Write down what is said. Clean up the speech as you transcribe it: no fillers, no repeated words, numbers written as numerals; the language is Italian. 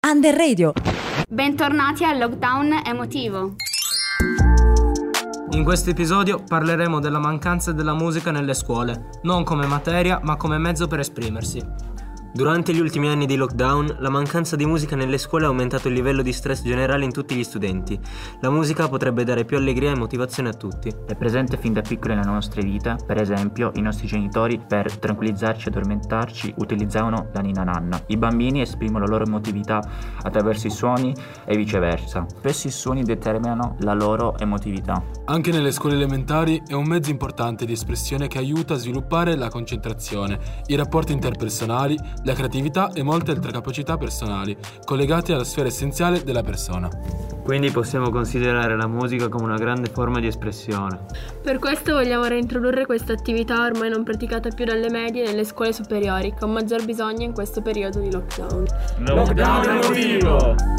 Under Radio. Bentornati al lockdown emotivo. In questo episodio parleremo della mancanza della musica nelle scuole, non come materia ma come mezzo per esprimersi. Durante gli ultimi anni di lockdown, la mancanza di musica nelle scuole ha aumentato il livello di stress generale in tutti gli studenti. La musica potrebbe dare più allegria e motivazione a tutti. È presente fin da piccoli nelle nostre vite. Per esempio, i nostri genitori, per tranquillizzarci e addormentarci, utilizzavano la ninna nanna. I bambini esprimono la loro emotività attraverso i suoni e viceversa. Spesso i suoni determinano la loro emotività. Anche nelle scuole elementari è un mezzo importante di espressione che aiuta a sviluppare la concentrazione, i rapporti interpersonali, la creatività e molte altre capacità personali, collegate alla sfera essenziale della persona. Quindi possiamo considerare la musica come una grande forma di espressione. Per questo vogliamo reintrodurre questa attività ormai non praticata più dalle medie nelle scuole superiori, con maggior bisogno in questo periodo di lockdown. Lockdown emotivo!